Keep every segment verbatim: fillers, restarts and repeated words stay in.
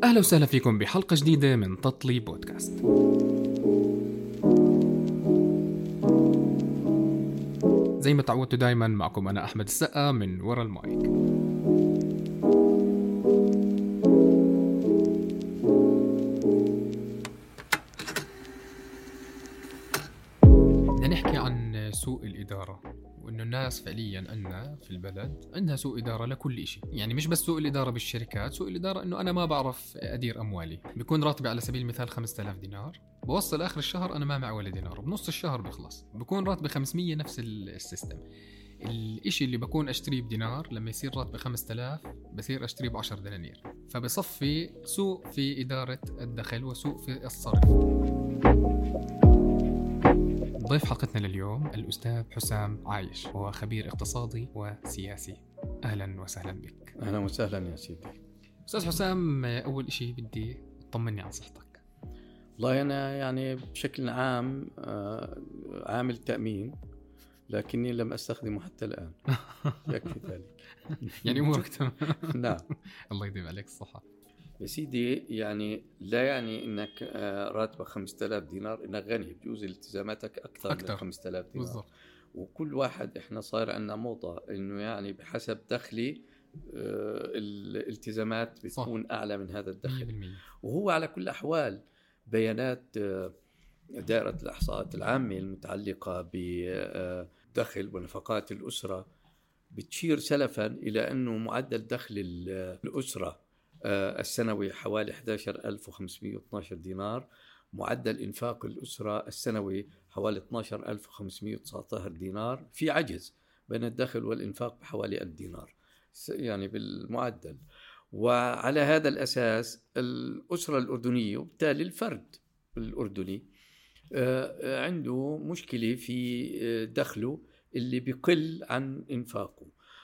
أهلا وسهلا فيكم بحلقة جديدة من تطلي بودكاست. زي ما تعودتوا دايما معكم أنا أحمد السقا من ورا المايك. بدنا نحكي عن سوء الإدارة، وإنه الناس فعلياً عندنا في البلد عندها سوء إدارة لكل إشي. يعني مش بس سوء الإدارة بالشركات، سوء الإدارة إنه أنا ما بعرف أدير أموالي. بيكون راتبي على سبيل المثال خمسة آلاف دينار، بوصل آخر الشهر أنا ما معي ولا دينار، بنص الشهر بيخلص بيكون راتبي خمسمية. نفس السيستم. الإشي اللي بكون أشتريه بدينار لما يصير راتبي خمسة آلاف بصير أشتريه بعشر دنانير. فبصفي سوء في إدارة الدخل وسوء في الصرف. ضيف حلقتنا لليوم الأستاذ حسام عايش، وهو خبير اقتصادي وسياسي. أهلا وسهلا بك. أهلا وسهلا يا سيدي. أستاذ حسام، أول إشي بدي تطمني عن صحتك. والله أنا يعني بشكل عام عامل تأمين، لكني لم أستخدمه حتى الآن. يكفي ذلك. يعني أمورك تمام؟ نعم. الله يديم عليك الصحة يا سيدي. يعني لا يعني إنك راتبك خمسة آلاف دينار إنك غني، بجوز التزاماتك أكثر, أكثر. من خمسة آلاف دينار بالضبط. وكل واحد إحنا صار عندنا موضة إنه يعني بحسب دخلي الالتزامات بتكون صح. أعلى من هذا الدخل مية بالمية. وهو على كل أحوال بيانات دائرة الإحصاءات العامة المتعلقة بدخل ونفقات الأسرة بتشير سلفا إلى أنه معدل دخل الأسرة السنوي حوالي إحدى عشر ألف وخمسمائة واثني عشر دينار، معدل إنفاق الأسرة السنوي حوالي اثني عشر ألف وخمسمائة وتسعة عشر دينار، في عجز بين الدخل والإنفاق بحوالي ألف دينار يعني بالمعدل. وعلى هذا الأساس الأسرة الأردنية وبالتالي الفرد الأردني عنده مشكلة في دخله اللي بيقل عن إنفاقه،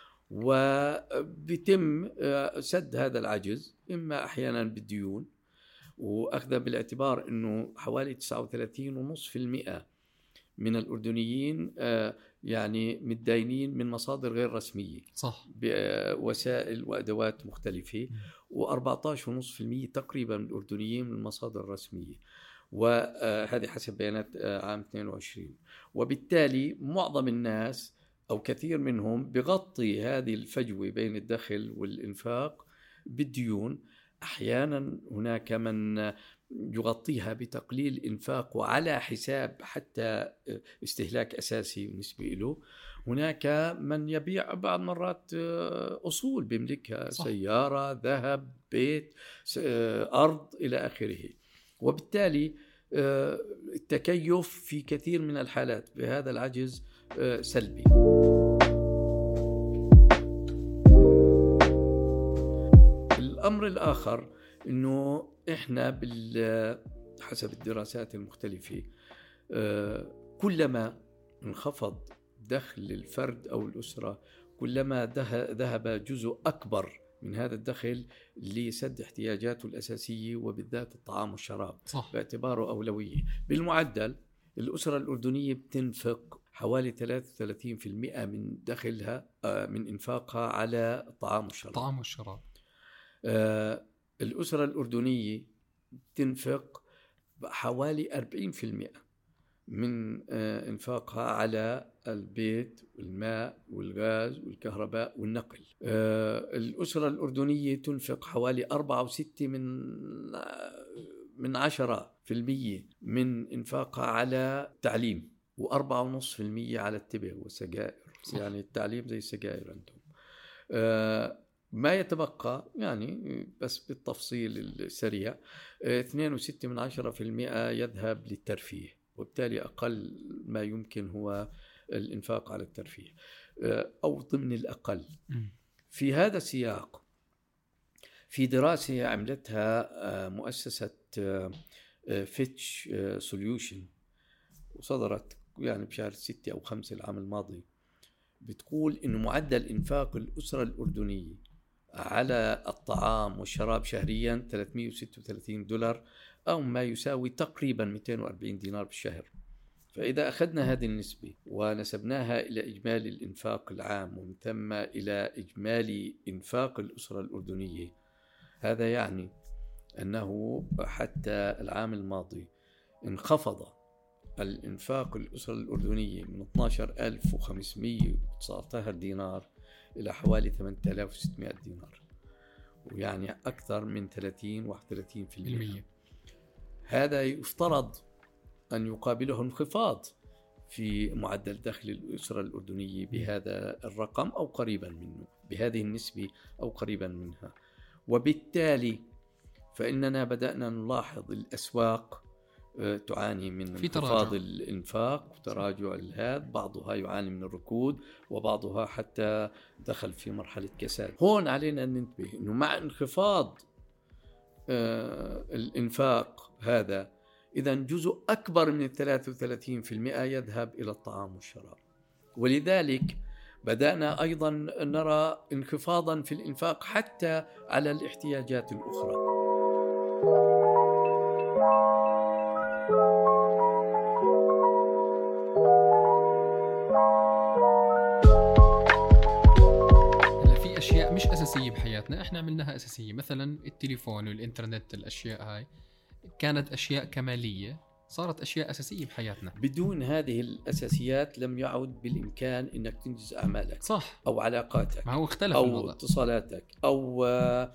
وبيتم سد هذا العجز إما أحيانا بالديون، وأخذ بالاعتبار أنه حوالي تسعة وثلاثين فاصلة خمسة بالمئة من الأردنيين يعني متداينين من مصادر غير رسمية صح، بوسائل وأدوات مختلفة، وأربعة عشر فاصلة خمسة بالمئة تقريبا من الأردنيين من مصادر رسمية، وهذه حسب بيانات عام اثنين وعشرين. وبالتالي معظم الناس أو كثير منهم بغطي هذه الفجوة بين الدخل والإنفاق بالديون. أحيانا هناك من يغطيها بتقليل إنفاقه على حساب حتى استهلاك أساسي بالنسبة له. هناك من يبيع بعض مرات أصول بيملكها، صح. سيارة، ذهب، بيت، أرض إلى آخره. وبالتالي التكيف في كثير من الحالات بهذا العجز سلبي. الأمر الآخر إنه إحنا حسب الدراسات المختلفة كلما انخفض دخل الفرد أو الأسرة كلما ذهب جزء أكبر من هذا الدخل لسد احتياجاته الأساسية وبالذات الطعام والشراب، صح. باعتباره أولوية. بالمعدل الأسرة الأردنية بتنفق حوالي ثلاثة وثلاثين بالمئة من دخلها من إنفاقها على الطعام والشراب. الطعام والشراب. آه الأسرة الأردنية تنفق حوالي أربعين بالمئة من آه إنفاقها على البيت والماء والغاز والكهرباء والنقل. آه الأسرة الأردنية تنفق حوالي أربعة وستة من من عشرة في المية من إنفاقها على التعليم، وأربعة ونصف في المية على التبغ والسجائر. صح. يعني التعليم زي السجائر عندهم. آه ما يتبقى يعني بس بالتفصيل السريع اثنين وستة من عشرة في المئة يذهب للترفيه، وبالتالي أقل ما يمكن هو الإنفاق على الترفيه أو ضمن الأقل. في هذا السياق في دراسة عملتها مؤسسة فيتش سوليوشن وصدرت يعني بشهر ستة أو خمسة العام الماضي، بتقول إنه معدل إنفاق الأسرة الأردنية على الطعام والشراب شهريا ثلاثمائة وستة وثلاثين دولار أو ما يساوي تقريبا مئتين وأربعين دينار بالشهر. فإذا أخذنا هذه النسبة ونسبناها إلى إجمالي الإنفاق العام ومن ثم إلى إجمالي إنفاق الأسرة الأردنية، هذا يعني أنه حتى العام الماضي انخفض الإنفاق الأسرة الأردنية من اثنا عشر ألف وخمسمئة وتسعة عشر دينار إلى حوالي ثمانية آلاف وستمئة دينار، ويعني أكثر من ثلاثين واحد وثلاثين بالمئة. هذا يفترض أن يقابله انخفاض في معدل دخل الأسرة الأردنية بهذا الرقم أو قريبا منه، بهذه النسبة أو قريبا منها. وبالتالي فإننا بدأنا نلاحظ الأسواق تعاني من انخفاض الإنفاق وتراجع الهذا، بعضها يعاني من الركود وبعضها حتى دخل في مرحلة كساد. هون علينا أن ننتبه أنه مع انخفاض آه الإنفاق هذا، إذا جزء أكبر من ثلاثة وثلاثين بالمئة يذهب إلى الطعام والشراب، ولذلك بدأنا أيضا نرى انخفاضا في الإنفاق حتى على الاحتياجات الأخرى. أشياء مش أساسية بحياتنا إحنا عملناها أساسية، مثلا التليفون والإنترنت، الأشياء هاي كانت أشياء كمالية صارت أشياء أساسية بحياتنا. بدون هذه الأساسيات لم يعد بالإمكان أنك تنجز أعمالك، صح، أو علاقاتك، ما هو اختلف أو الموضوع. اتصالاتك، أو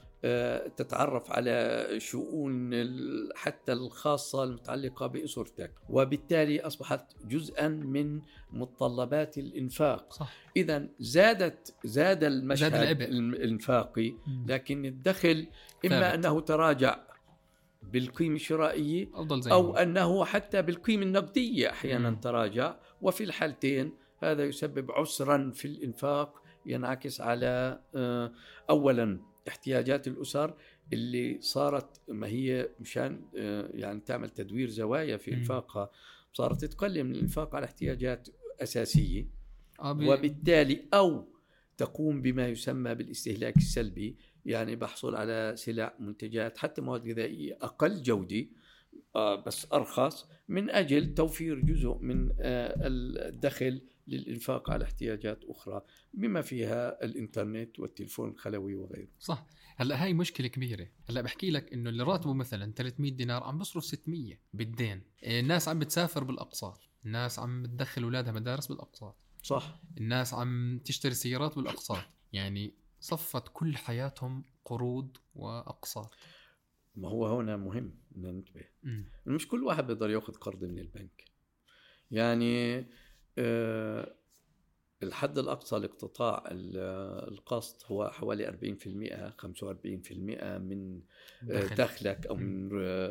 تتعرف على شؤون حتى الخاصة المتعلقة بأسرتك، وبالتالي أصبحت جزءا من متطلبات الإنفاق. صح. إذن زادت زاد المشهد زاد الإنفاقي، لكن الدخل إما ثابت. أنه تراجع بالقيمة الشرائية أو أنه حتى بالقيمة النقدية أحيانا مم. تراجع، وفي الحالتين هذا يسبب عسرا في الإنفاق ينعكس على أولا احتياجات الأسر اللي صارت ما هي مشان يعني تعمل تدوير زوايا في إنفاقها، صارت تقلل من الإنفاق على احتياجات أساسية، وبالتالي أو تقوم بما يسمى بالاستهلاك السلبي، يعني بحصل على سلع منتجات حتى مواد غذائية أقل جودة بس أرخص من أجل توفير جزء من الدخل للإنفاق على احتياجات أخرى بما فيها الإنترنت والتلفون الخلوي وغيره. صح. هلأ هاي مشكلة كبيرة. هلأ بحكي لك إنه اللي راتبه مثلا ثلاثمئة دينار عم بصرف ستمئة بالدين. الناس عم بتسافر بالأقساط، الناس عم بتدخل أولادها مدارس بالأقساط. صح. الناس عم تشتري سيارات بالأقساط، يعني صفت كل حياتهم قروض وأقساط. ما هو هنا مهم أن ننتبه، مش كل واحد بيقدر يأخذ قرض من البنك. يعني أه الحد الأقصى لاقتطاع القسط هو حوالي أربعين بالمئة خمسة وأربعين بالمئة من دخل. دخلك أو من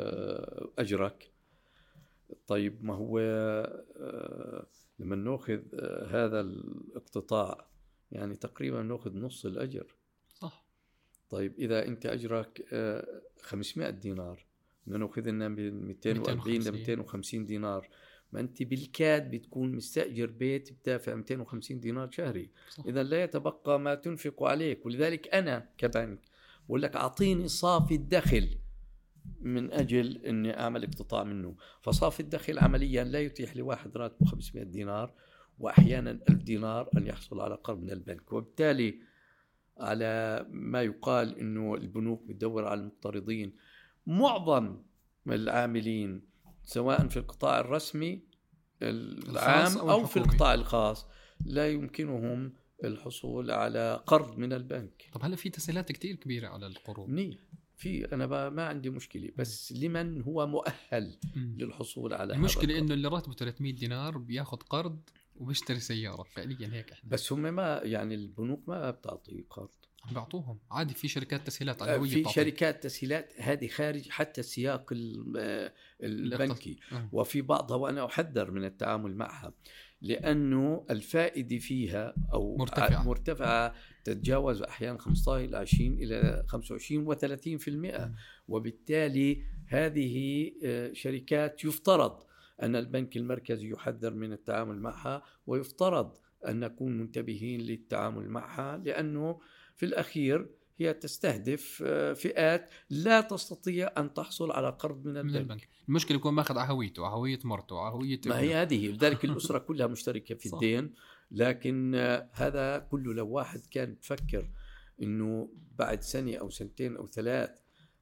أجرك. طيب ما هو أه لما نأخذ أه هذا الاقتطاع يعني تقريبا نأخذ نص الأجر. صح. طيب إذا أنت أجرك أه خمسمئة دينار نأخذنا من مئتين وأربعين ل مئتين وخمسين دينار، ما أنت بالكاد بتكون مستأجر بيت بدافع مئتين وخمسين دينار شهري. إذا لا يتبقى ما تنفق عليك. ولذلك أنا كبنك بقول لك أعطيني صافي الدخل من أجل أني أعمل اقتطاع منه. فصافي الدخل عمليا لا يتيح لواحد راتبه خمسمئة دينار وأحيانا ألف دينار أن يحصل على قرض من البنك. وبالتالي على ما يقال أنه البنوك بتدور على المقترضين، معظم العاملين سواء في القطاع الرسمي العام أو, أو في القطاع الخاص لا يمكنهم الحصول على قرض من البنك. طب هلا في تسهيلات كتير كبيرة على القروض. ني في أنا ما عندي مشكلة، بس لمن هو مؤهل م. للحصول على المشكلة إنه اللي راتبه ثلاثمئة دينار بياخد قرض وبيشتري سيارة فعليا هيك إحنا. بس هم ما يعني البنوك ما بتعطي قرض، عم بيعطوهم عادي. في شركات تسهيلات عدوية، في بتعطي. شركات تسهيلات هذه خارج حتى السياق البنكي، أه. وفي بعضها وأنا أحذر من التعامل معها لأنه الفائدة فيها أو مرتفعة, مرتفعة تتجاوز أحيانا خمسة عشر إلى عشرين إلى خمسة وعشرين وثلاثين بالمئة. م. وبالتالي هذه شركات يفترض أن البنك المركزي يحذر من التعامل معها، ويفترض أن نكون منتبهين للتعامل معها، لأنه في الأخير هي تستهدف فئات لا تستطيع أن تحصل على قرض من البنك. من البنك. المشكلة يكون ماخذ عهويته، عهوية مرته، عهوية ما هي هذه. لذلك الأسرة كلها مشتركة في الدين. لكن هذا كله لو واحد كان تفكر إنه بعد سنة أو سنتين أو ثلاث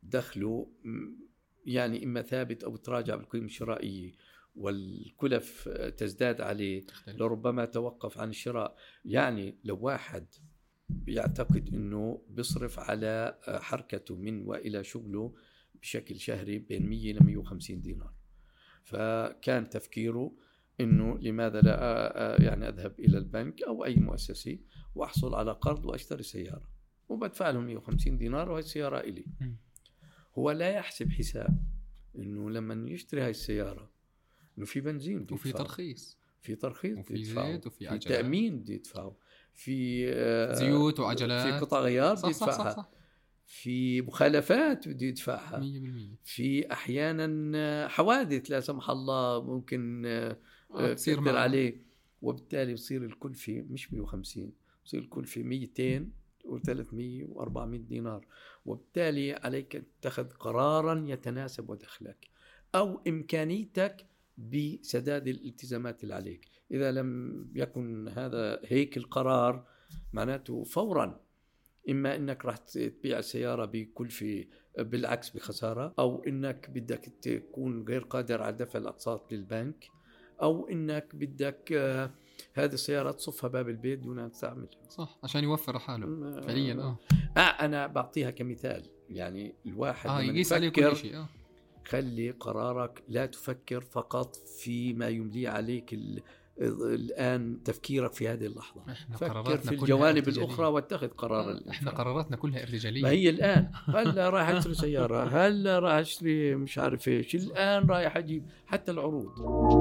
دخله يعني إما ثابت أو تراجع بالقيمة الشرائية والكلف تزداد عليه، لربما توقف عن الشراء. يعني لو واحد يعتقد أنه بيصرف على حركته من وإلى شغله بشكل شهري بين مية إلى مية وخمسين دينار، فكان تفكيره أنه لماذا لا يعني أذهب إلى البنك أو أي مؤسسة وأحصل على قرض وأشتري سيارة وبدفع لهم مية وخمسين دينار وهي السيارة إلي. هو لا يحسب حساب أنه لما يشتري هاي السيارة أنه في بنزين بده وفي يدفعه، ترخيص في ترخيص وفي زيت وفي في تأمين بده يدفعه، في زيوت وعجلات، في قطع غيار بده يدفعها، صح صح. في مخالفات بده يدفعها، مية بالمية. في أحيانا حوادث لا سمح الله ممكن آه تصير عليه، وبالتالي يصير الكلفة مش مية وخمسين، يصير الكلفة ميتين وثلاثمية وأربعمية دينار. وبالتالي عليك أن تتخذ قرارا يتناسب ودخلك أو إمكانيتك بسداد الالتزامات اللي عليك. إذا لم يكن هذا هيك القرار معناته فورا إما إنك راح تبيع السيارة بكلفة بالعكس بخسارة، أو إنك بدك تكون غير قادر على دفع الأقساط للبنك، أو إنك بدك آه هذه السيارة تصفها باب البيت دون أن تستعملها. صح، عشان يوفر حاله فعليا. آه. آه أنا بعطيها كمثال، يعني الواحد آه لما يقيس عليه كل شيء. آه. خلي قرارك لا تفكر فقط فيما يملي عليك ال الآن تفكيرك في هذه اللحظة، فكر في الجوانب الأخرى واتخذ قرارا. إحنا قراراتنا كلها ارتجالية. ما هي الآن هلا رايح أشتري سيارة، هلا رايح أشتري مش عارف إيش، الآن رايح أجيب حتى العروض.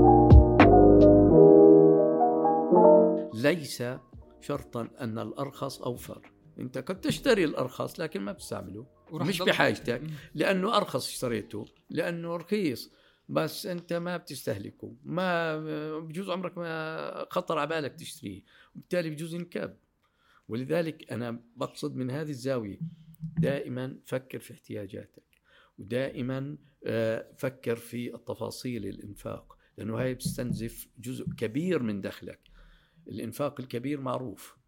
ليس شرطا أن الأرخص أوفر، أنت قد تشتري الأرخص لكن ما بتستعمله، مش بحاجتك، لأنه أرخص اشتريته لأنه رخيص، بس أنت ما بتستهلكه، ما بجوز عمرك ما خطر على بالك تشتريه، وبالتالي بجوز ينكب. ولذلك أنا بقصد من هذه الزاوية دائما فكر في احتياجاتك، ودائما فكر في التفاصيل الإنفاق، لأنه هاي بتستنزف جزء كبير من دخلك. الإنفاق الكبير معروف،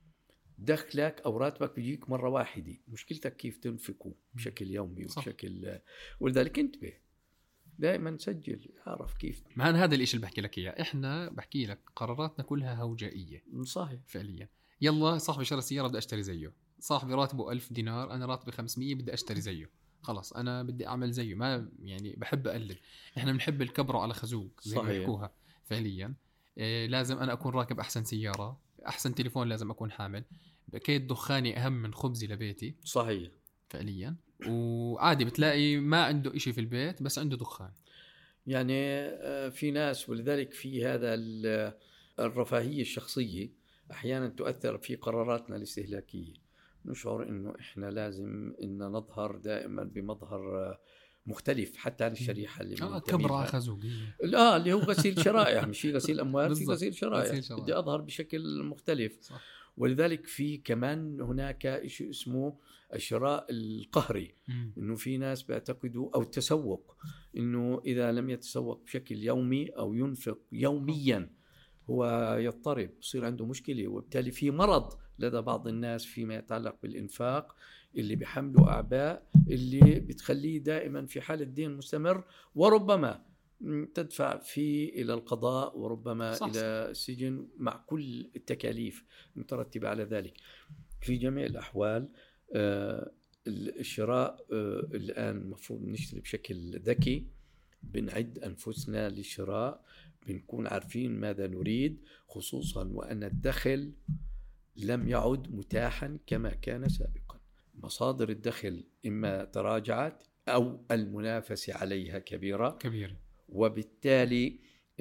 دخلك أو راتبك بيجيك مرة واحدة، مشكلتك كيف تنفقه بشكل يومي وبشكل. ولذلك انتبه دائما سجل، اعرف كيف. مع هذا الاشي اللي بحكي لك اياه، احنا بحكي لك قراراتنا كلها هوجائيه. صحيح فعليا. يلا صاحبي شرى سياره بدي اشتري زيه، صاحبي راتبه ألف دينار انا راتبي خمسمية بدي اشتري زيه، خلاص انا بدي اعمل زيه، ما يعني بحب اقلد. احنا بنحب الكبره على خزوق زي ما بيحكوها فعليا. إيه لازم انا اكون راكب احسن سياره، احسن تليفون لازم اكون حامل، كيد دخاني اهم من خبزي لبيتي. صحيح فعليا. وعادي بتلاقي ما عنده إشي في البيت بس عنده دخان. يعني في ناس، ولذلك في هذا الرفاهية الشخصية أحيانا تؤثر في قراراتنا الاستهلاكية. نشعر إنه إحنا لازم إن نظهر دائما بمظهر مختلف حتى عن الشريحة اللي آه كبرى خزوقية. لا اللي هو غسيل شرائع، مش في غسيل أموال، في غسيل شرائع، بدي أظهر بشكل مختلف. صح. ولذلك في كمان هناك شيء اسمه الشراء القهري، مم. إنه في ناس بيعتقدوا أو التسوق، إنه إذا لم يتسوق بشكل يومي أو ينفق يوميا هو يضطرب، يصير عنده مشكلة، وبالتالي في مرض لدى بعض الناس فيما يتعلق بالإنفاق اللي بيحملوا أعباء اللي بتخليه دائما في حالة دين مستمر، وربما تدفع فيه إلى القضاء، وربما صح إلى السجن مع كل التكاليف المترتبة على ذلك. في جميع الأحوال آه الشراء آه الآن المفروض نشتري بشكل ذكي، بنعد أنفسنا للشراء، بنكون عارفين ماذا نريد، خصوصا وأن الدخل لم يعد متاحا كما كان سابقا. مصادر الدخل إما تراجعت أو المنافسة عليها كبيرة كبيرة، وبالتالي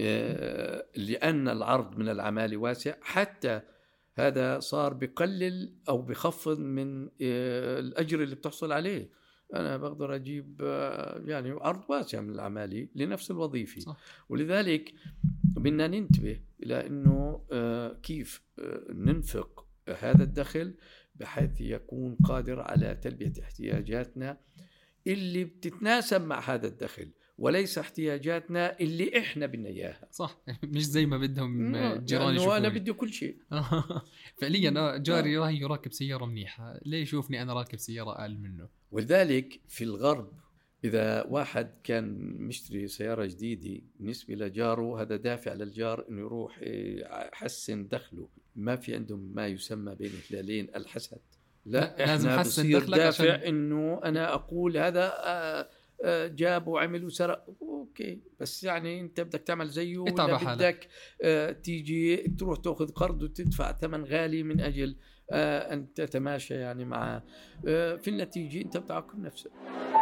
لأن العرض من العمالة واسع، حتى هذا صار بقلل أو بخفض من الأجر اللي بتحصل عليه. أنا بقدر أجيب يعني عرض واسع من العمالة لنفس الوظيفة. صح. ولذلك بدنا ننتبه إلى أنه كيف ننفق هذا الدخل بحيث يكون قادر على تلبية احتياجاتنا اللي بتتناسب مع هذا الدخل، وليس احتياجاتنا اللي إحنا بدنا إياها. صح، مش زي ما بدهم الجيران يشوفوا. أنا بدي كل شيء. فعليا جاري راهي يراكب سيارة منيحة، ليه يشوفني أنا راكب سيارة أقل منه؟ ولذلك في الغرب إذا واحد كان مشتري سيارة جديدة بالنسبة لجاره، هذا دافع للجار إنه يروح يحسن دخله. ما في عندهم ما يسمى بين الهلالين الحسد. لا, لا إحنا بصير دافع عشان... إنه أنا أقول هذا جاب وعمل وسرق، أوكي، بس يعني أنت بدك تعمل زيه ولا بدك تيجي تروح تأخذ قرض وتدفع ثمن غالي من أجل أن تتماشى يعني معه. في النتيجة أنت بتعاقب نفسك.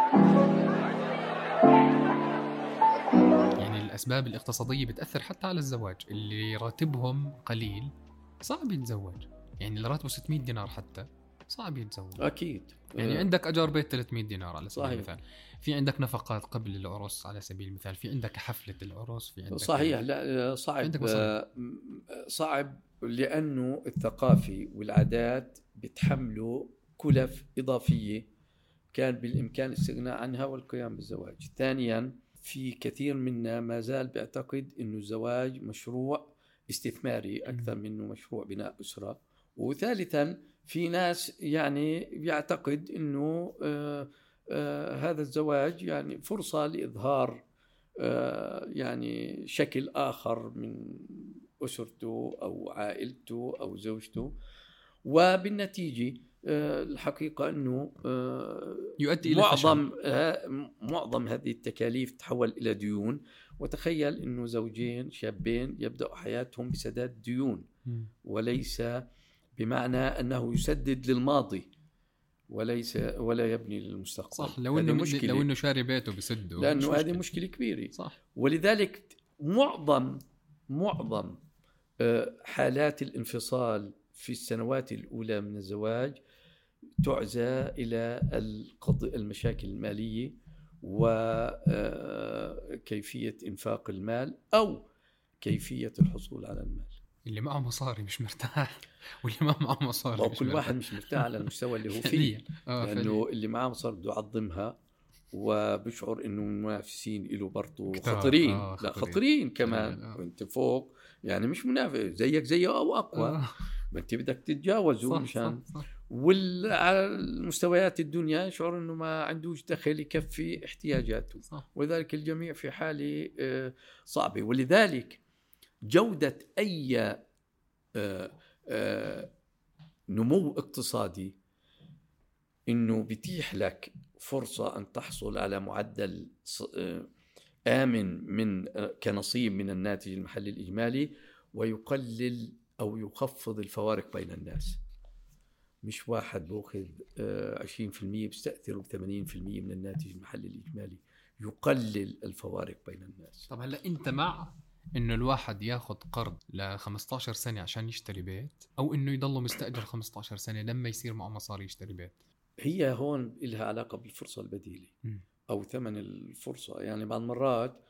يعني الأسباب الاقتصادية بتأثر حتى على الزواج. اللي راتبهم قليل صعب يتزوج، يعني اللي راتبه ستمائة دينار حتى صعب يتزوج. أكيد. يعني أه. عندك أجار بيت ثلاثمائة دينار على سبيل صحيح. المثال، في عندك نفقات قبل العرس على سبيل المثال، في عندك حفلة العرس، في عندك صحيح. لا صعب صعب لأنه الثقافة والعادات بتحملوا كلف إضافية كان بالإمكان الاستغناء عنها والقيام بالزواج. ثانيا في كثير منا ما زال بيعتقد إنه الزواج مشروع استثماري أكثر منه مشروع بناء أسرة. وثالثا في ناس يعني بيعتقد إنه آه آه هذا الزواج يعني فرصة لإظهار آه يعني شكل آخر من أسرته أو عائلته أو زوجته، وبالنتيجة آه الحقيقة أنه آه يؤدي إلى معظم آه معظم هذه التكاليف تحول إلى ديون. وتخيل أنه زوجين شابين يبدأوا حياتهم بسداد ديون، وليس بمعنى أنه يسدد للماضي وليس ولا يبني للمستقبل. صح، لو إنه لو إنه شاري بيته بسده، لأنه هذه مشكلة كبيرة. صح. ولذلك معظم معظم حالات الانفصال في السنوات الأولى من الزواج تعزى إلى المشاكل المالية وكيفية إنفاق المال أو كيفية الحصول على المال. اللي معه مصاري مش مرتاح، واللي ما معه مصاري مش كل مرتاح. واحد مش مرتاح على المستوى اللي هو فيه. آه لأنه اللي معه مصاري بده يعظمها وبشعر إنه المنافسين له برضو خطرين. آه لا خطرين كمان. آه. وانت فوق يعني مش منافس زيك زيه أو أقوى. آه. ما انت بدك تتجاوزه مشان. وعلى المستويات الدنيا يشعر إنه ما عندوش دخل يكفي احتياجاته. صح. ولذلك الجميع في حالة صعبة. ولذلك جودة أي آه آه نمو اقتصادي إنه بيتيح لك فرصة أن تحصل على معدل آمن من كنصيب من الناتج المحلي الإجمالي، ويقلل أو يخفض الفوارق بين الناس. مش واحد بأخذ عشرين بالمئة بيستأثر بثمانين بالمئة من الناتج المحلي الإجمالي، يقلل الفوارق بين الناس. طب هلأ أنت مع إنه الواحد ياخد قرض ل خمسة عشر سنة عشان يشتري بيت، أو إنه يضله مستأجر خمسة عشر سنة لما يصير معه مصاري يشتري بيت؟ هي هون إلها علاقة بالفرصة البديلة م. أو ثمن الفرصة. يعني بعض مرات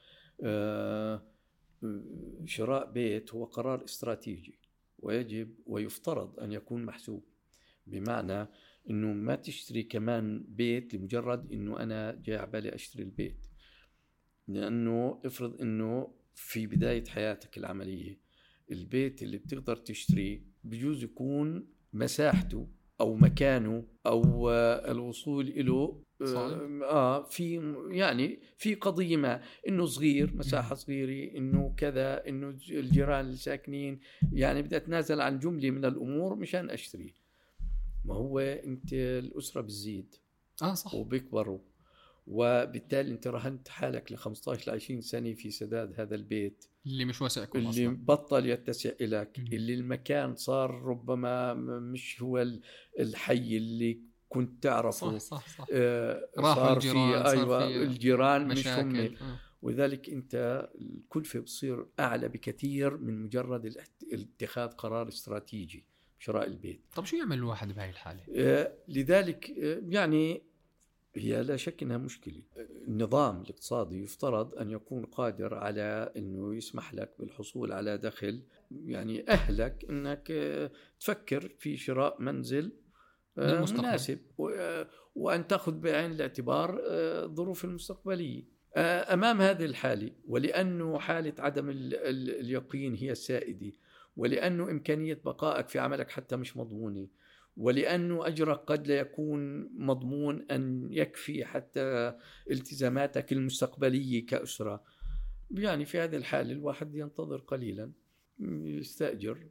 شراء بيت هو قرار استراتيجي ويجب ويفترض أن يكون محسوب، بمعنى إنه ما تشتري كمان بيت لمجرد إنه أنا جاي عبالي أشتري البيت. لأنه افرض إنه في بداية حياتك العملية البيت اللي بتقدر تشتريه بجوز يكون مساحته أو مكانه أو الوصول إله آه في يعني في قضية ما إنه صغير، مساحة صغيرة، إنه كذا، إنه الجيران الساكنين، يعني بدي أتنازل عن جملة من الأمور مشان أشتري. ما هو أنت الأسرة بتزيد آه صح وبيكبروا، وبالتالي أنت رهنت حالك ل خمسة عشر ل عشرين سنة في سداد هذا البيت اللي مش واسعكم اللي أصلاً. بطل يتسع لك، م- اللي المكان صار ربما مش هو الحي اللي كنت تعرفه. صح صح صح. آه راحوا الجيران، أيوة الجيران مش هم. آه. وذلك أنت الكلفة بصير أعلى بكثير من مجرد اتخاذ قرار استراتيجي شراء البيت. طب شو يعمل الواحد بهاي الحالة؟ آه لذلك آه يعني هي لا شك أنها مشكلة. النظام الاقتصادي يفترض أن يكون قادر على أنه يسمح لك بالحصول على دخل يعني أهلك أنك تفكر في شراء منزل مناسب، وأن تأخذ بعين الاعتبار الظروف المستقبلية. أمام هذه الحالة، ولأنه حالة عدم ال ال اليقين هي السائدة، ولأنه إمكانية بقائك في عملك حتى مش مضمونة، ولأنه أجرك قد لا يكون مضمون أن يكفي حتى التزاماتك المستقبلية كأسرة، يعني في هذه الحالة الواحد ينتظر قليلا، يستأجر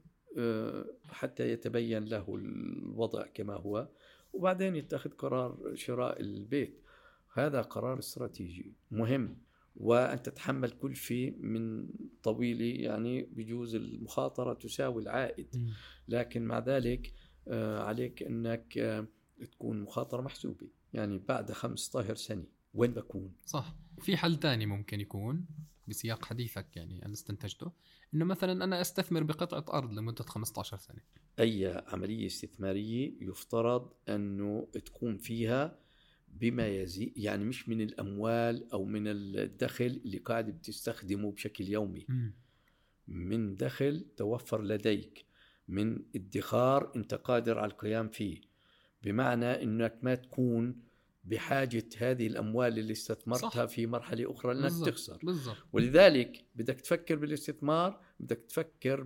حتى يتبين له الوضع كما هو، وبعدين يتخذ قرار شراء البيت. هذا قرار استراتيجي مهم، وأن تتحمل كلفة من طويلة، يعني بجوز المخاطرة تساوي العائد، لكن مع ذلك عليك أنك تكون مخاطرة محسوبة. يعني بعد خمسة عشر سنة وين بكون؟ صح. في حل تاني ممكن يكون بسياق حديثك، يعني أنا استنتجته، إنه مثلا أنا أستثمر بقطعة أرض لمدة خمسة عشر سنة. أي عملية استثمارية يفترض أنه تكون فيها بما يزيد، يعني مش من الأموال أو من الدخل اللي قاعد بتستخدمه بشكل يومي، م. من دخل توفر لديك، من ادخار أنت قادر على القيام فيه، بمعنى أنك ما تكون بحاجة هذه الأموال اللي استثمرتها صح. في مرحلة أخرى لأنك بالزبط. تخسر بالزبط. ولذلك بدك تفكر بالاستثمار، بدك تفكر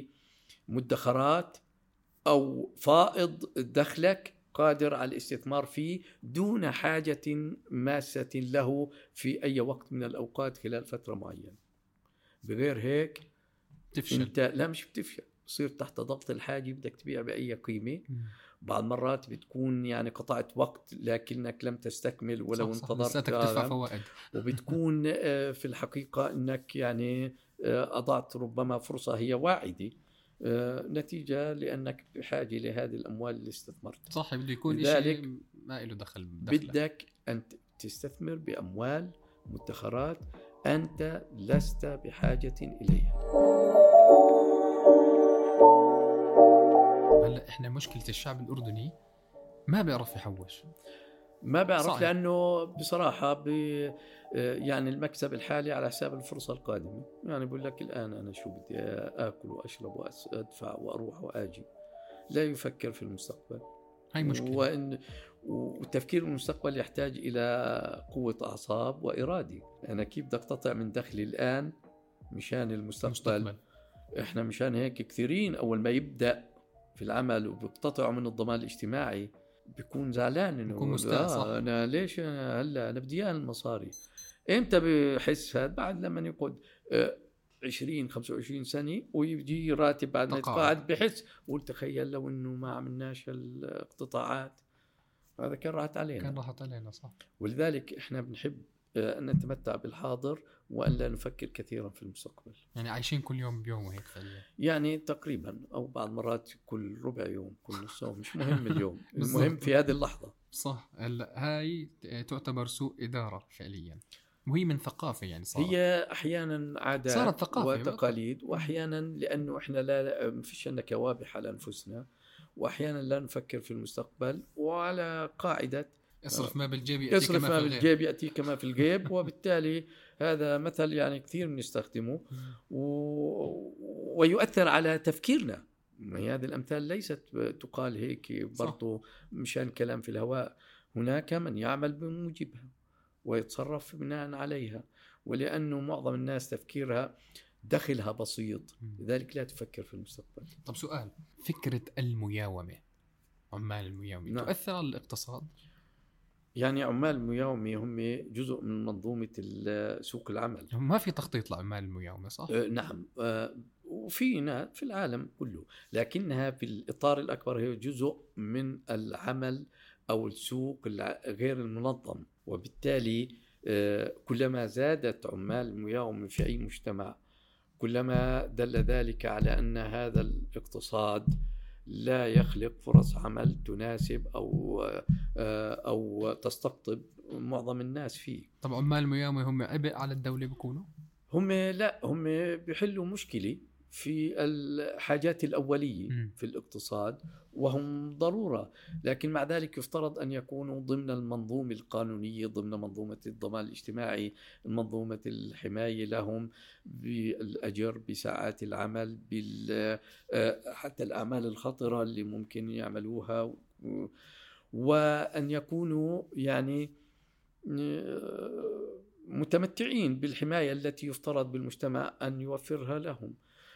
بمدخرات أو فائض دخلك قادر على الاستثمار فيه دون حاجة ماسة له في أي وقت من الأوقات خلال فترة معينة. بغير هيك تفشل. أنت لا مش بتفشل، تصير تحت ضغط الحاجة، بدك تبيع بأي قيمة. م. بعض مرات بتكون يعني قطعت وقت لكنك لم تستكمل ولو انتظرت، تدفع فوائد. وبتكون في الحقيقة أنك يعني أضعت ربما فرصة هي واعدة نتيجة لأنك بحاجة لهذه الأموال اللي استثمرتها. صح، بده يكون شيء ما له دخل بدخلك. بدك أن تستثمر بأموال مدخرات أنت لست بحاجة إليها. هلا إحنا مشكلة الشعب الأردني ما بيعرف يحوش، ما بعرف صحيح. لأنه بصراحة ب يعني المكسب الحالي على حساب الفرصة القادمة. يعني بقول لك الآن أنا شو بدي أكل وأشرب وأدفع وأروح وآجي، لا يفكر في المستقبل. هاي مشكلة. وإن والتفكير بالمستقبل يحتاج إلى قوة أعصاب وإرادة. أنا كيف بدك تقطع من دخلي الآن مشان المستقبل؟ مستقبل. إحنا مشان هيك كثيرين أول ما يبدأ في العمل وبيقتطعوا من الضمان الاجتماعي بيكون زعلان إنه آه أنا ليش أنا هلا أنا بدي المصاري. إمتى بحس هذا؟ بعد لما يقعد عشرين خمسة وعشرين سنة ويجي راتب بعد ما يتقاعد بحس. وتخيل لو إنه ما عملناش الاقتطاعات هذا كان راحت علينا كان راحت علينا صح. ولذلك إحنا بنحب أن نتمتع بالحاضر وأن لا نفكر كثيرا في المستقبل. يعني عايشين كل يوم بيومه هيك فعليا. يعني تقريبا، أو بعض مرات كل ربع يوم، كل نص يوم، مش مهم اليوم. المهم في هذه اللحظة. صح. هاي تعتبر سوء إدارة فعليا، وهي من ثقافة يعني صارت. هي أحيانا عادات صارت ثقافة وتقاليد، وأحيانا لأنه إحنا لا مفيش عندنا كوابح على أنفسنا، وأحيانا لا نفكر في المستقبل، وعلى قاعدة اصرف ما بالجيب يأتي كما في الغيب. بالجيب يأتي كما في الغيب. وبالتالي هذا مثل يعني كثير بنستخدمه و... ويؤثر على تفكيرنا. هذه الأمثال ليست تقال هيك برضو مشان كلام في الهواء. هناك من يعمل بموجبها ويتصرف بناء عليها، ولأنه معظم الناس تفكيرها دخلها بسيط، لذلك لا تفكر في المستقبل. طب سؤال، فكرة المياومة، عمال المياومة نعم. تؤثر على الاقتصاد؟ يعني عمال المياومة هم جزء من منظومة سوق العمل. ما في تخطيط لعمال المياومة صح؟ آه نعم. آه وفي في العالم كله، لكنها في الإطار الأكبر هي جزء من العمل أو السوق غير المنظم. وبالتالي آه كلما زادت عمال المياومة في أي مجتمع كلما دل ذلك على أن هذا الاقتصاد لا يخلق فرص عمل تناسب أو أو تستقطب معظم الناس فيه. طبعا عمال المياومة هم عبء على الدولة بيكونوا؟ هم لا، هم بيحلوا مشكلة في الحاجات الأولية م. في الاقتصاد، وهم ضرورة، لكن مع ذلك يفترض أن يكونوا ضمن المنظومة القانونية، ضمن منظومة الضمان الاجتماعي، منظومة الحماية لهم بالأجر، بساعات العمل، حتى الأعمال الخطرة اللي ممكن يعملوها، وأن يكونوا يعني متمتعين بالحماية التي يفترض بالمجتمع أن يوفرها لهم.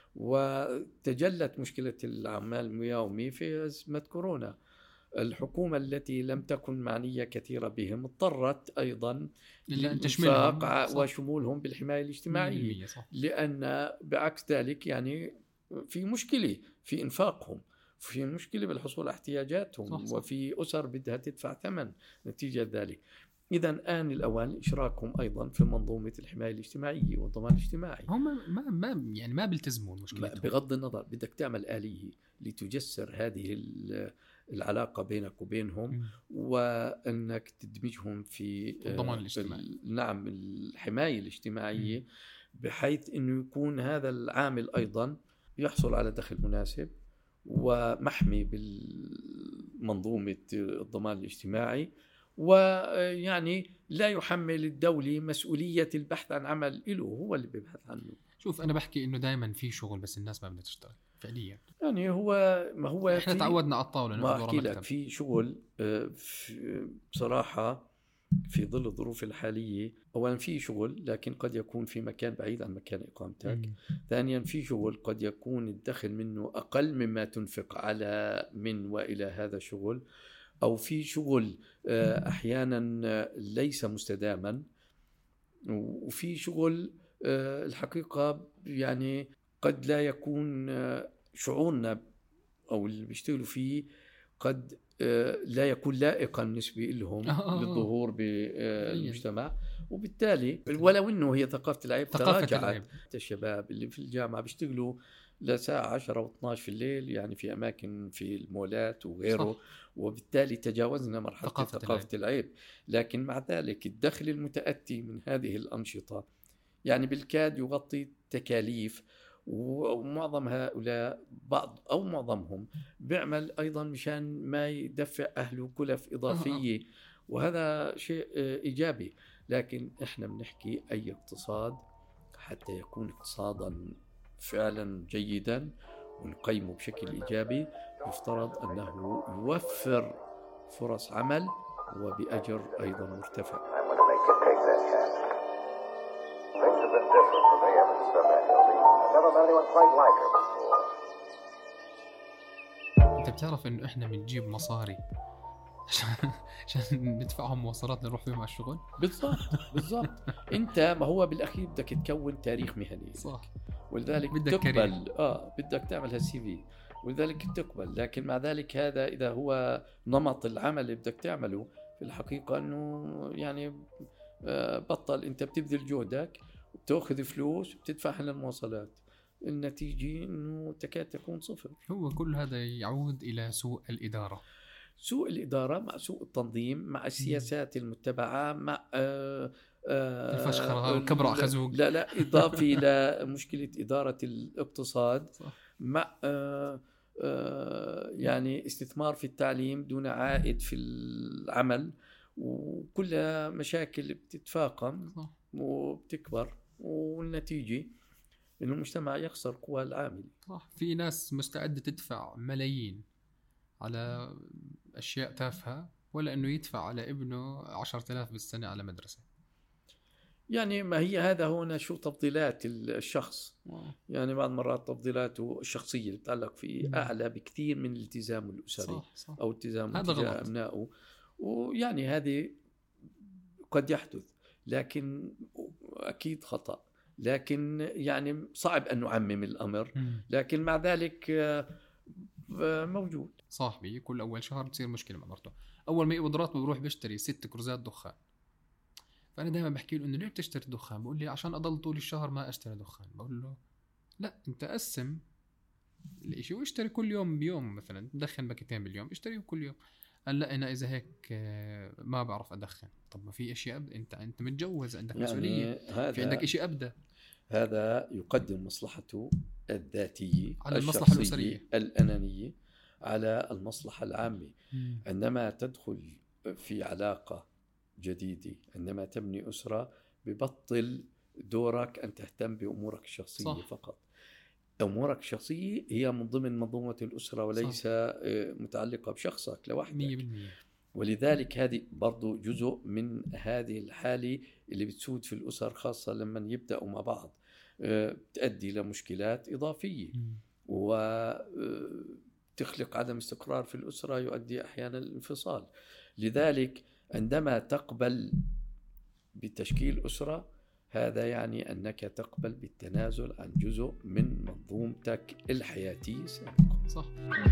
وتجلت مشكلة العمال اليومي في أزمة كورونا. الحكومة التي لم تكن معنية كثيرة بهم اضطرت أيضا للإنفاق وشمولهم بالحماية الاجتماعية، لأن بعكس ذلك يعني في مشكلة في إنفاقهم، في مشكلة بالحصول على احتياجاتهم، صح صح. وفي أسر بدها تدفع ثمن نتيجة ذلك. إذن آن الأوان إشراكهم أيضا في منظومة الحماية الاجتماعية والضمان الاجتماعي. هم ما ما يعني ما بيلتزموا المشكلة. بغض النظر بدك تعمل آلية لتجسر هذه العلاقة بينك وبينهم، م. وأنك تدمجهم في الضمان الاجتماعي، نعم الحماية الاجتماعية، م. بحيث أنه يكون هذا العامل أيضا يحصل على دخل مناسب ومحمي بالمنظومة الضمان الاجتماعي، ويعني لا يحمل الدولة مسؤولية البحث عن عمل له، هو اللي بيبحث عنه. شوف أنا بحكي إنه دائما في شغل بس الناس ما بدها تشتغل فعليا. يعني هو ما هو إحنا تعودنا على الطاولة. ما أحكي لك في شغل في بصراحة في ظل الظروف الحالية. أولا في شغل لكن قد يكون في مكان بعيد عن مكان إقامتك. م. ثانيا في شغل قد يكون الدخل منه أقل مما تنفق على من وإلى هذا الشغل، أو في شغل أحيانا ليس مستداما، وفي شغل الحقيقة يعني قد لا يكون شعورنا أو اللي بيشتغلوا فيه قد لا يكون لائقا بالنسبة لهم للظهور بالمجتمع، وبالتالي ولو أنه هي ثقافة العيب تراجعت. الشباب اللي في الجامعة بيشتغلوا لساعة عشرة واثناشر في الليل يعني في أماكن في المولات وغيره، صح. وبالتالي تجاوزنا مرحلة ثقافة, ثقافة العيب. العيب. لكن مع ذلك الدخل المتأتي من هذه الأنشطة يعني بالكاد يغطي تكاليف، ومعظم هؤلاء بعض أو معظمهم بيعمل أيضا مشان ما يدفع أهله كلف إضافية، وهذا شيء إيجابي. لكن إحنا بنحكي أي اقتصاد حتى يكون اقتصادا فعلا جيدا ونقيمه بشكل إيجابي يفترض أنه يوفر فرص عمل وبأجر أيضا مرتفع. أنت بتعرف إنه إحنا بنجيب مصاري عشان عشان ندفعهم مواصلات نروح فيهم على الشغل. بالضبط بالضبط. أنت ما هو بالأخير بدك تكون تاريخ مهني، صح، ولذلك تقبل آه بدك تعمل هالسي في ولذلك تقبل. لكن مع ذلك هذا إذا هو نمط العمل اللي بدك تعمله في الحقيقة أنه يعني آه بطل أنت بتبذل جهدك وبتأخذ فلوس وبتدفعها للمواصلات، النتيجة أنه تكاد تكون صفر. هو كل هذا يعود إلى سوء الإدارة، سوء الإدارة مع سوء التنظيم مع السياسات المتبعة مع آه آه الفشخرة كبر خزوق. لا لا إضافي إلى مشكلة إدارة الاقتصاد، صح. مع آه آه يعني استثمار في التعليم دون عائد في العمل، وكلها مشاكل بتتفاقم، صح. وبتكبر، والنتيجة إنه المجتمع يخسر قوى العامل. صح. في ناس مستعدة تدفع ملايين على أشياء تافهة ولا إنه يدفع على ابنه عشرة آلاف بالسنة على مدرسة. يعني ما هي هذا هنا شو تفضيلات الشخص. واو. يعني بعض مرات تفضيلاته الشخصية اللي تتعلق فيه أعلى بكثير من الالتزام الأسري، صح صح. أو التزام تجاه أبنائه، ويعني هذه قد يحدث لكن أكيد خطأ. لكن يعني صعب أن نعمم الأمر، لكن مع ذلك موجود. صاحبي كل أول شهر بتصير مشكلة مع مرته، أول ما يقبض راتبه بروح بيشتري ست كرزات دخان. فأنا دائما بحكي له إنه ليه بتشتري دخان؟ بقول لي عشان أضل طول الشهر ما أشتري دخان. بقول له لا، أنت قسم الإشي واشتري كل يوم بيوم، مثلا دخن باكيتين باليوم اشتريه كل يوم. قال لا أنا إذا هيك ما بعرف أدخن. طب ما في إشي أبدا، أنت أنت متجوز عندك يعني مسؤولية، في عندك إشي أبدا. هذا يقدم مصلحته الذاتية على المصلحة الأسرية الأنانية على المصلحة العامة. مم. عندما تدخل في علاقة جديدة، عندما تبني أسرة، ببطل دورك أن تهتم بأمورك الشخصية، صح. فقط أمورك الشخصية هي من ضمن منظومة الأسرة وليس صح. متعلقة بشخصك لوحدك. مية بالمية. ولذلك هذه برضو جزء من هذه الحالة اللي بتسود في الأسر، خاصة لما يبدأوا مع بعض تؤدي لمشكلات إضافية وتخلق عدم استقرار في الأسرة، يؤدي أحيانا الانفصال. لذلك عندما تقبل بتشكيل أسرة، هذا يعني أنك تقبل بالتنازل عن جزء من منظومتك الحياتية سابقا. صح.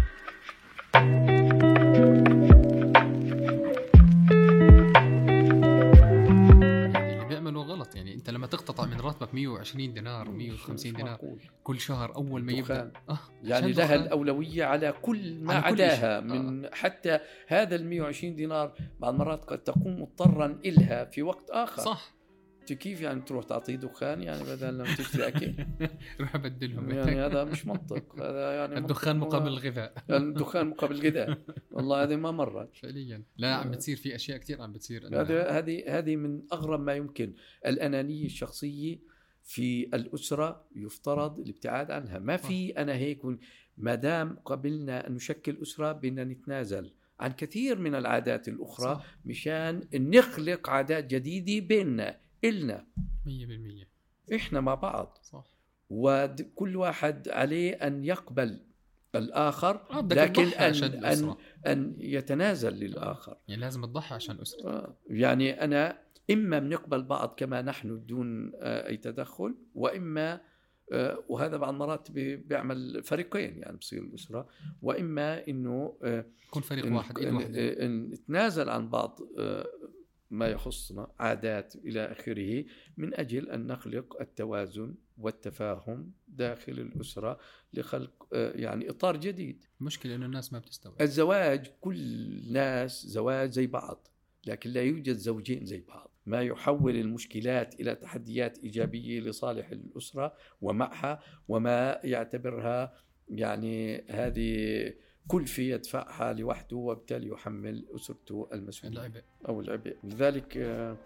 غلط يعني انت لما تقتطع من راتبك مية وعشرين دينار ومية وخمسين دينار كل شهر اول ما يبدا آه يعني لها الاولويه على كل ما عداها من آه. حتى هذا ال مية وعشرين دينار بعض المرات قد تكون مضطرا إلها في وقت اخر. صح. كيف يعني تروح تعطيه دخان يعني بدل لما تشتري اكل روح ابدلهم يعني هذا مش منطق. هذا يعني الدخان مقابل الغذاء. الدخان مقابل الغذاء والله هذه ما مرت فعليا. لا عم بتصير في اشياء كثير عم بتصير. هذه هذه هذه من اغرب ما يمكن. الانانيه الشخصيه في الاسره يفترض الابتعاد عنها. ما في انا هيك ما دام قبلنا ان نشكل اسره بدنا نتنازل عن كثير من العادات الاخرى صح. مشان نخلق عادات جديده بيننا إلنا مية بالمية إحنا مع بعض صح. وكل واحد عليه أن يقبل الآخر لكن أن, أن, أن يتنازل للآخر. يعني لازم تضحي عشان أسرة. آه. يعني أنا إما بنقبل بعض كما نحن دون آه أي تدخل، وإما آه وهذا بعض مرات بيعمل فريقين يعني بصير الأسرة، وإما إنه آه يكون فريق واحد نتنازل عن بعض آه ما يخصنا عادات إلى آخره من أجل أن نخلق التوازن والتفاهم داخل الأسرة لخلق يعني إطار جديد. مشكلة إنه الناس ما بتستوعب. الزواج كل ناس زواج زي بعض، لكن لا يوجد زوجين زي بعض. ما يحول المشكلات إلى تحديات إيجابية لصالح الأسرة ومعها، وما يعتبرها يعني هذه كلفة يدفعها لوحده وبالتالي يحمل أسرته المسؤولية العبء أو العبء. لذلك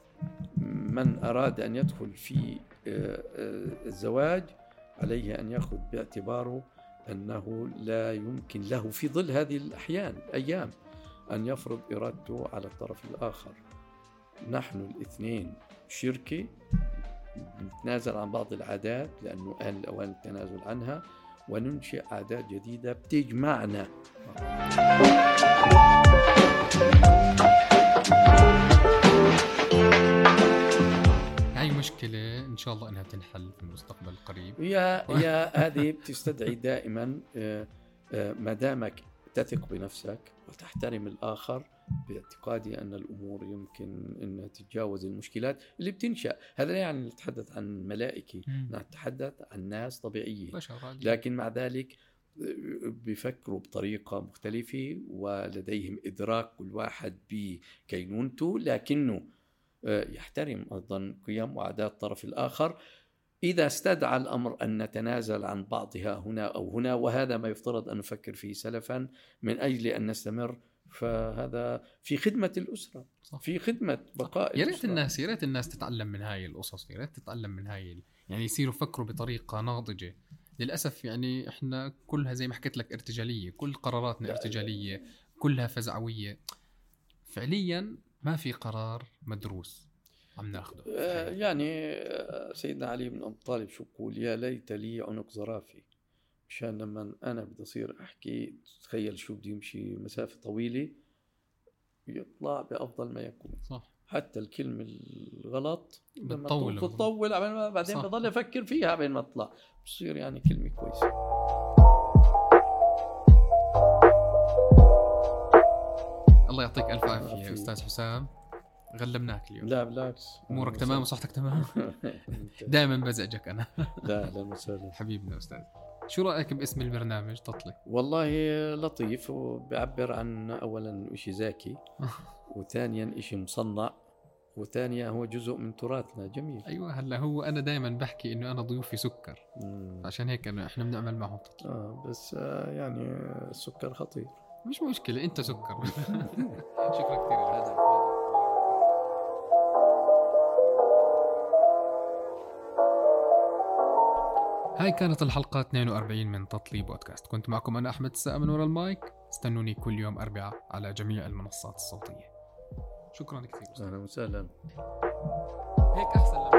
من أراد أن يدخل في الزواج عليه أن يأخذ باعتباره أنه لا يمكن له في ظل هذه الأحيان الأيام أن يفرض إرادته على الطرف الآخر. نحن الاثنين شركة نتنازل عن بعض العادات لأنه آن الأوان التنازل عنها، وننشئ عادات جديدة بتجمعنا. هاي مشكلة إن شاء الله أنها تنحل في المستقبل القريب. يا يا هذه بتستدعي دائما ما دامك تثق بنفسك وتحترم الآخر باعتقادي أن الأمور يمكن أن تتجاوز المشكلات اللي بتنشأ. هذا لا يعني نتحدث عن ملائكة، نتحدث عن ناس طبيعية، لكن مع ذلك بيفكروا بطريقة مختلفة ولديهم إدراك كل واحد بكينونته، لكنه يحترم أيضا قيم وعادات الطرف الآخر. إذا استدعى الأمر أن نتنازل عن بعضها هنا أو هنا، وهذا ما يفترض أن نفكر فيه سلفا من أجل أن نستمر، فهذا في خدمة الأسرة صح. في خدمة بقاء يا ريت الناس يا ريت الناس تتعلم من هاي القصص، يا ريت تتعلم من هاي يعني يصيروا يفكروا بطريقة ناضجة. للأسف يعني إحنا كلها زي ما حكيت لك ارتجالية، كل قراراتنا ارتجالية، كلها فزعوية. فعليا ما في قرار مدروس عم ناخده. يعني سيدنا علي بن أبي طالب شو يقول؟ يا ليت لي عنق زرافي، مشان لما أنا بدي أصير أحكي تخيل شو بدي يمشي مسافة طويلة يطلع بأفضل ما يكون صح. حتى الكلمة الغلط بتطول بتطول بعدين بضل أفكر فيها بين ما أطلع بصير يعني كلمة كويسة. الله يعطيك ألف عافية أستاذ حسام، غلبناك اليوم. لا بالعكس، أمورك تمام وصحتك تمام. دائما بزعجك أنا. لا لا مسألة حبيبنا أستاذ. شو رأيك باسم البرنامج تطلي؟ والله لطيف، وبيعبر عن أولا إشي ذكي وثانيا إشي مصنع، وثانيا هو جزء من تراثنا جميل. أيوة. هلا هو أنا دائما بحكي إنه أنا ضيوفي سكر، مم. عشان هيك أنا إحنا بنعمل معهم تطلي. آه بس آه يعني السكر خطير. مش مشكلة أنت سكر. شكرا كثير. هذا هاي كانت الحلقة اثنين وأربعين من تطلي بودكاست. كنت معكم أنا أحمد السقا من وراء المايك. استنوني كل يوم أربعاء على جميع المنصات الصوتية. شكرا كثير. أهلا وسهلا. هيك أحسن.